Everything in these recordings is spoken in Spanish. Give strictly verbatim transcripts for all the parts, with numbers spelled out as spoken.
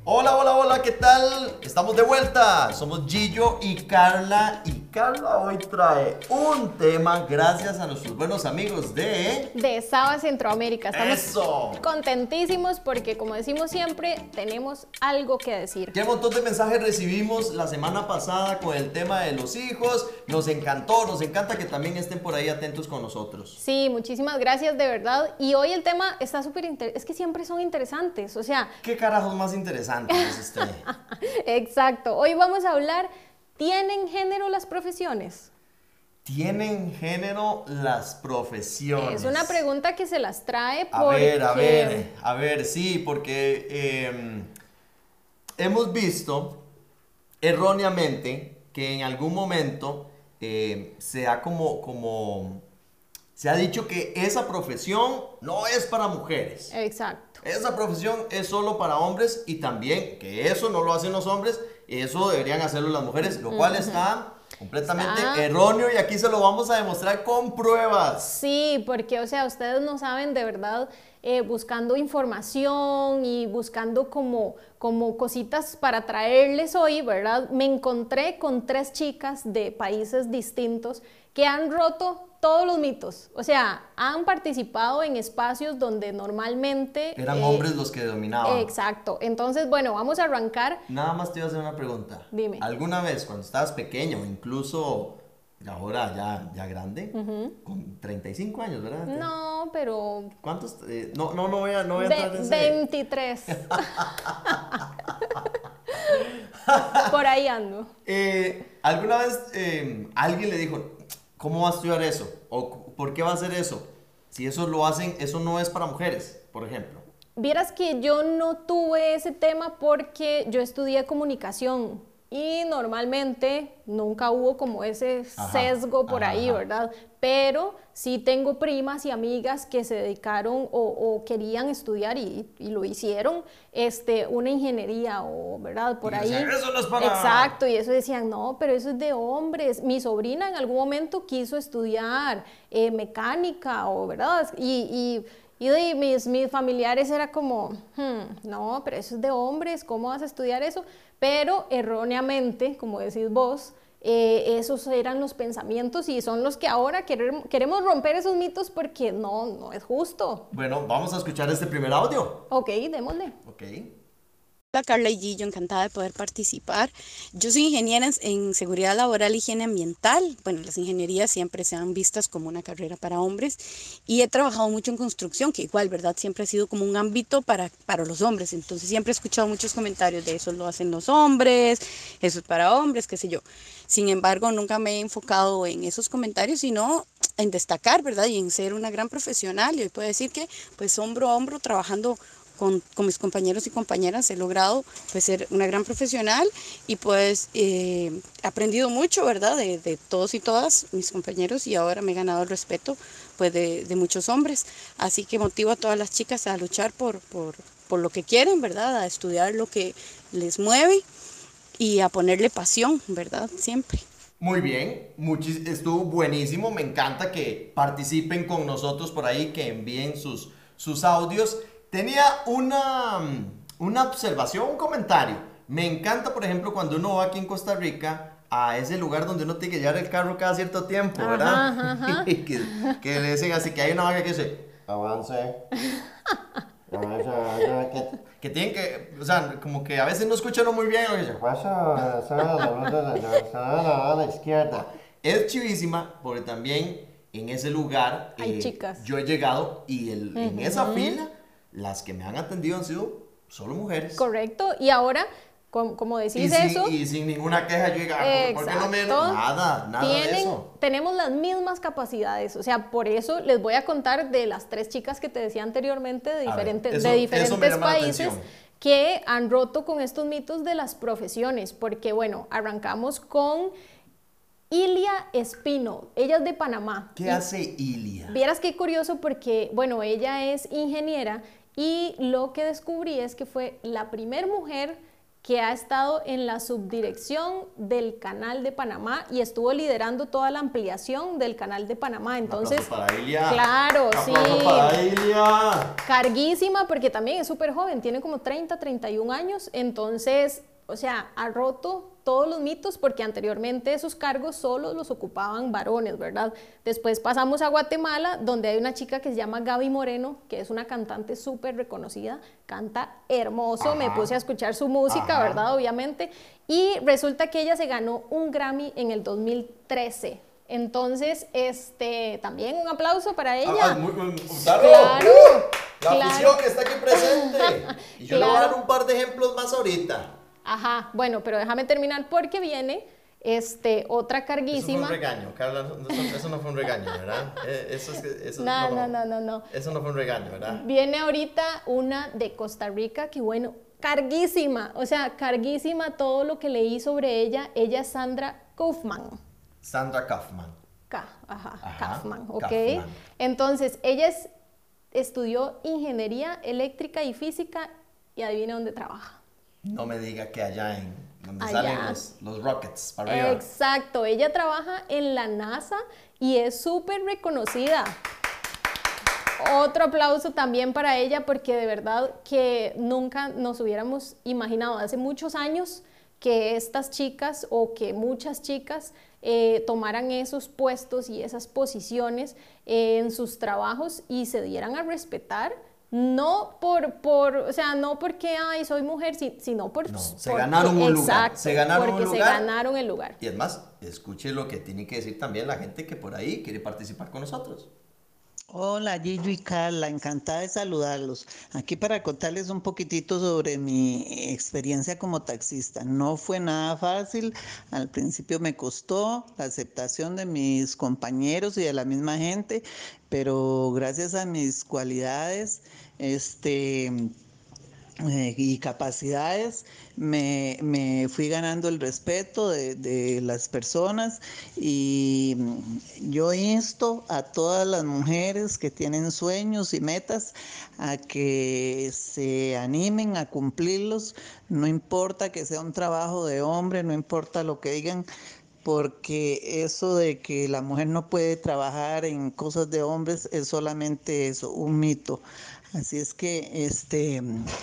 Hola, hola, hola, ¿qué tal? Estamos de vuelta. Somos Gillo y Carla. Y Carla hoy trae un tema gracias a nuestros buenos amigos de... De Saba Centroamérica. Estamos ¡Eso! contentísimos porque, como decimos siempre, tenemos algo que decir. Qué montón de mensajes recibimos la semana pasada con el tema de los hijos. Nos encantó, nos encanta que también estén por ahí atentos con nosotros. Sí, muchísimas gracias, de verdad. Y hoy el tema está súper interesante. Es que siempre son interesantes, o sea... ¿Qué carajos más interesantes es usted? Exacto. Hoy vamos a hablar, ¿tienen género las profesiones? ¿Tienen género las profesiones? Es una pregunta que se las trae porque... A ver, a ver, a ver, sí, porque eh, hemos visto erróneamente que en algún momento eh, se ha como, como, se ha dicho que esa profesión no es para mujeres. Exacto. Esa profesión es solo para hombres y también que eso no lo hacen los hombres, eso deberían hacerlo las mujeres, lo cual está completamente Está... erróneo y aquí se lo vamos a demostrar con pruebas. Sí, porque, o sea, ustedes no saben de verdad, eh, buscando información y buscando como, como cositas para traerles hoy, ¿verdad? Me encontré con tres chicas de países distintos que han roto todos los mitos, o sea, han participado en espacios donde normalmente... Eran eh, hombres los que dominaban. Exacto, entonces, bueno, vamos a arrancar. Nada más te iba a hacer una pregunta. Dime. ¿Alguna vez cuando estabas pequeño, incluso ahora ya, ya grande, uh-huh. con treinta y cinco años, ¿verdad? No, pero... ¿Cuántos? Eh, no, no, no voy a, no voy a Ve entrar en ese... veintitrés. Por ahí ando. Eh, ¿Alguna vez eh, alguien le dijo, ¿cómo va a estudiar eso? ¿O por qué va a hacer eso? Si eso lo hacen, eso no es para mujeres, por ejemplo. Vieras que yo no tuve ese tema porque yo estudié comunicación y normalmente nunca hubo como ese sesgo ajá, por ajá, ahí, ¿verdad? Pero sí tengo primas y amigas que se dedicaron o, o querían estudiar y, y lo hicieron, este, una ingeniería o, ¿verdad? Por y ahí. Decían, eso no es para... Exacto, y eso decían, no, pero eso es de hombres. Mi sobrina en algún momento quiso estudiar eh, mecánica o, ¿verdad? Y... y Y de mis, mis familiares era como, hmm, no, pero eso es de hombres, ¿cómo vas a estudiar eso? Pero erróneamente, como decís vos, eh, esos eran los pensamientos y son los que ahora queremos, queremos romper esos mitos porque no, no es justo. Bueno, vamos a escuchar este primer audio. Ok, démosle. Ok. Hola Carla y Gillo, encantada de poder participar. Yo soy ingeniera en seguridad laboral e higiene ambiental. Bueno, las ingenierías siempre se han vistas como una carrera para hombres y he trabajado mucho en construcción, que igual, ¿verdad? Siempre ha sido como un ámbito para, para los hombres. Entonces siempre he escuchado muchos comentarios de eso lo hacen los hombres, eso es para hombres, qué sé yo. Sin embargo, nunca me he enfocado en esos comentarios, sino en destacar, ¿verdad? Y en ser una gran profesional. Y hoy puedo decir que, pues, hombro a hombro, trabajando Con, con mis compañeros y compañeras he logrado pues ser una gran profesional y pues eh, he aprendido mucho, ¿verdad? De, de todos y todas mis compañeros y ahora me he ganado el respeto pues de, de muchos hombres. Así que motivo a todas las chicas a luchar por, por, por lo que quieren, ¿verdad? A estudiar lo que les mueve y a ponerle pasión, ¿verdad? Siempre. Muy bien, muchis- estuvo buenísimo, me encanta que participen con nosotros por ahí, que envíen sus, sus audios. Tenía una, una observación, un comentario. Me encanta, por ejemplo, cuando uno va aquí en Costa Rica a ese lugar donde uno tiene que llevar el carro cada cierto tiempo, ¿verdad? Ajá, ajá. que, que le dicen así, que hay una vaca que dice, avance. avance, avance que, que tienen que, o sea, como que a veces no escuchan muy bien. O dice, a la izquierda. Es chivísima porque también en ese lugar hay eh, chicas. Yo he llegado y el, Uh-huh. en esa fila las que me han atendido han sido solo mujeres. Correcto, y ahora, como, como decís y sin, eso... Y sin ninguna queja, yo diga, ¿por, ¿por qué no me...? Nada, nada tienen, de eso. Tenemos las mismas capacidades, o sea, por eso les voy a contar de las tres chicas que te decía anteriormente de diferentes, ver, eso, de diferentes países que han roto con estos mitos de las profesiones, porque bueno, arrancamos con Ilia Espino, ella es de Panamá. ¿Qué hace Ilia? Vieras qué curioso porque, bueno, ella es ingeniera y lo que descubrí es que fue la primer mujer que ha estado en la subdirección del Canal de Panamá y estuvo liderando toda la ampliación del Canal de Panamá. Entonces, un aplauso para Ilia. Claro, un sí. aplauso para Ilia. Carguísima, porque también es súper joven, tiene como treinta, treinta y un años. Entonces, o sea, ha roto todos los mitos, porque anteriormente esos cargos solo los ocupaban varones, ¿verdad? Después pasamos a Guatemala, donde hay una chica que se llama Gaby Moreno, que es una cantante súper reconocida, canta hermoso, Ajá. me puse a escuchar su música, Ajá. ¿verdad? Obviamente, y resulta que ella se ganó un Grammy en el dos mil trece. Entonces, este, también un aplauso para ella. Ah, muy, muy, claro. Claro, La claro. afición que está aquí presente. Y yo le voy a dar Claro. un par de ejemplos más ahorita. Ajá, bueno, pero déjame terminar porque viene este, otra Eso fue carguísima. un regaño, Carla. no- no- Eso no fue un regaño, ¿verdad? Eh, Eso es que- eso, No, no, no, no, no. Eso no fue un regaño, ¿verdad? Viene ahorita una de Costa Rica que, bueno, carguísima, o sea, carguísima todo lo que leí sobre ella. Ella es Sandra Kaufman. Sandra Kaufman. K, ajá, Ajá, Kaufman, ok. Kaufman. Entonces, ella es- estudió ingeniería eléctrica y física y adivina dónde trabaja. No me diga que allá en donde Allá. salen los, los rockets para arriba. Exacto, ella trabaja en la NASA y es súper reconocida. Otro aplauso también para ella, porque de verdad que nunca nos hubiéramos imaginado hace muchos años que estas chicas o que muchas chicas eh, tomaran esos puestos y esas posiciones eh, en sus trabajos y se dieran a respetar. No por, por, o sea, no porque, ay, soy mujer, si- sino por... No, se porque- ganaron un lugar, exacto, se ganaron porque un se lugar. ganaron el lugar. Y además, escuche lo que tiene que decir también la gente que por ahí quiere participar con nosotros. Hola Gillo y Carla, encantada de saludarlos. Aquí para contarles un poquitito sobre mi experiencia como taxista. No fue nada fácil, al principio me costó la aceptación de mis compañeros y de la misma gente, pero gracias a mis cualidades, este... Eh, y capacidades, me, me fui ganando el respeto de, de las personas y mm, yo insto a todas las mujeres que tienen sueños y metas a que se animen a cumplirlos, no importa que sea un trabajo de hombre, no importa lo que digan, porque eso de que la mujer no puede trabajar en cosas de hombres es solamente eso, un mito. Así es que este,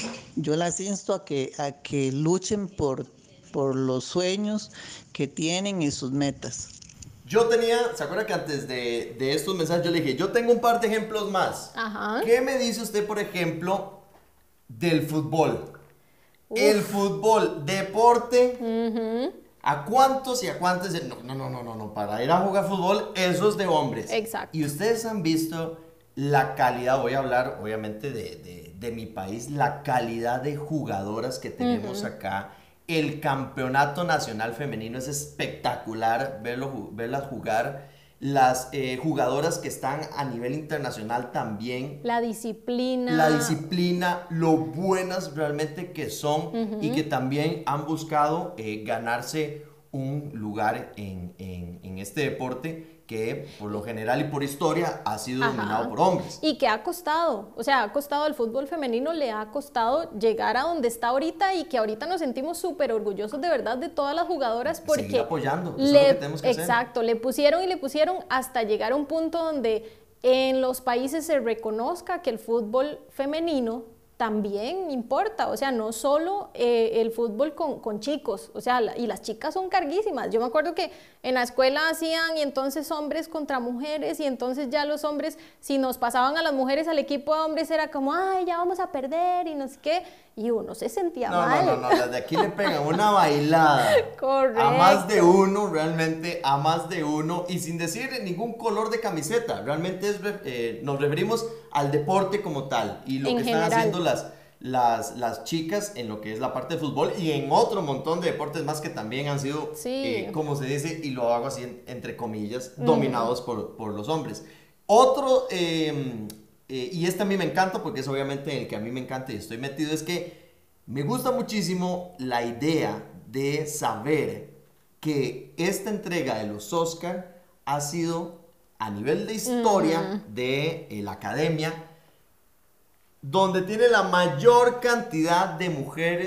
yo las insto a que, a que luchen por, por los sueños que tienen y sus metas. Yo tenía, ¿se acuerda que antes de, de estos mensajes yo le dije, yo tengo un par de ejemplos más? Ajá. ¿Qué me dice usted, por ejemplo, del fútbol? Uf. El fútbol, deporte. Ujú. ¿A cuántos y a cuántos? No, no, no, no, no, no, para ir a jugar fútbol, eso es de hombres. Exacto. Y ustedes han visto la calidad, voy a hablar obviamente de, de, de mi país, la calidad de jugadoras que tenemos acá. El campeonato nacional femenino es espectacular verlo, verlas jugar. Las eh, jugadoras que están a nivel internacional también. La disciplina. La disciplina, lo buenas realmente que son y que también han buscado eh, ganarse un lugar en, en, en este deporte que por lo general y por historia ha sido Ajá. dominado por hombres. Y que ha costado, o sea, ha costado al fútbol femenino, le ha costado llegar a donde está ahorita y que ahorita nos sentimos súper orgullosos de verdad de todas las jugadoras porque... Seguir apoyando, eso es le- lo que tenemos que hacer. Exacto, le pusieron y le pusieron hasta llegar a un punto donde en los países se reconozca que el fútbol femenino también importa, o sea, no solo eh, el fútbol con, con chicos, o sea, la- y las chicas son carguísimas. Yo me acuerdo que en la escuela hacían y entonces hombres contra mujeres y entonces ya los hombres, si nos pasaban a las mujeres al equipo de hombres era como, ay, ya vamos a perder y no sé qué, y uno se sentía No, mal. no, no, no, desde aquí le pegan una bailada. Correcto. A más de uno, realmente, a más de uno, y sin decir ningún color de camiseta, realmente es, eh, nos referimos al deporte como tal, y lo En que están general. haciendo las, las, las chicas en lo que es la parte de fútbol, y en otro montón de deportes más que también han sido, Sí. eh, como se dice, y lo hago así en- entre comillas, dominados por, por los hombres. Otro... eh, Eh, y este a mí me encanta porque es obviamente el que a mí me encanta y estoy metido, es que me gusta muchísimo la idea de saber que esta entrega de los Oscar ha sido a nivel de historia de eh, la academia, donde tiene la mayor cantidad de mujeres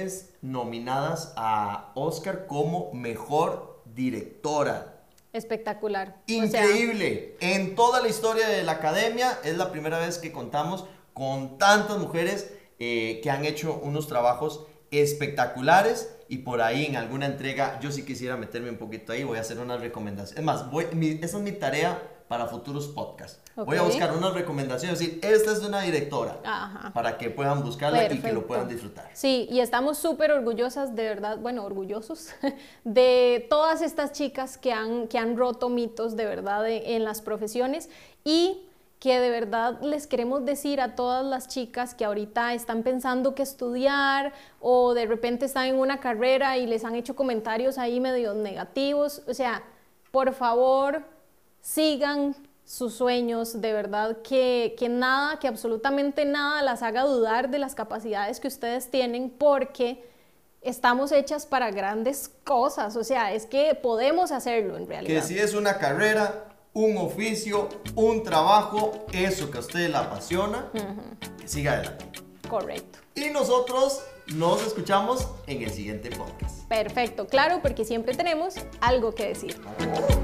nominadas a Oscar como Mejor Directora. Espectacular. Increíble. O sea, en toda la historia de la academia es la primera vez que contamos con tantas mujeres eh, que han hecho unos trabajos espectaculares, y por ahí en alguna entrega yo sí quisiera meterme un poquito ahí, voy a hacer unas recomendaciones. Es más, voy, mi, esa es mi tarea para futuros podcasts. Okay. Voy a buscar unas recomendaciones, es decir, esta es de una directora. Ajá. Para que puedan buscarla. Perfecto. Y que lo puedan disfrutar. Sí, y estamos súper orgullosas, de verdad, bueno, orgullosos de todas estas chicas que han, que han roto mitos de verdad en las profesiones, y que de verdad les queremos decir a todas las chicas que ahorita están pensando qué estudiar, o de repente están en una carrera y les han hecho comentarios ahí medio negativos. O sea, por favor, sigan sus sueños, de verdad que, que nada, que absolutamente nada las haga dudar de las capacidades que ustedes tienen, porque estamos hechas para grandes cosas. O sea, es que podemos hacerlo en realidad. Que si es una carrera, un oficio, un trabajo, eso que a usted le apasiona, uh-huh. que siga adelante. Correcto. Y nosotros nos escuchamos en el siguiente podcast. Perfecto, claro, porque siempre tenemos algo que decir.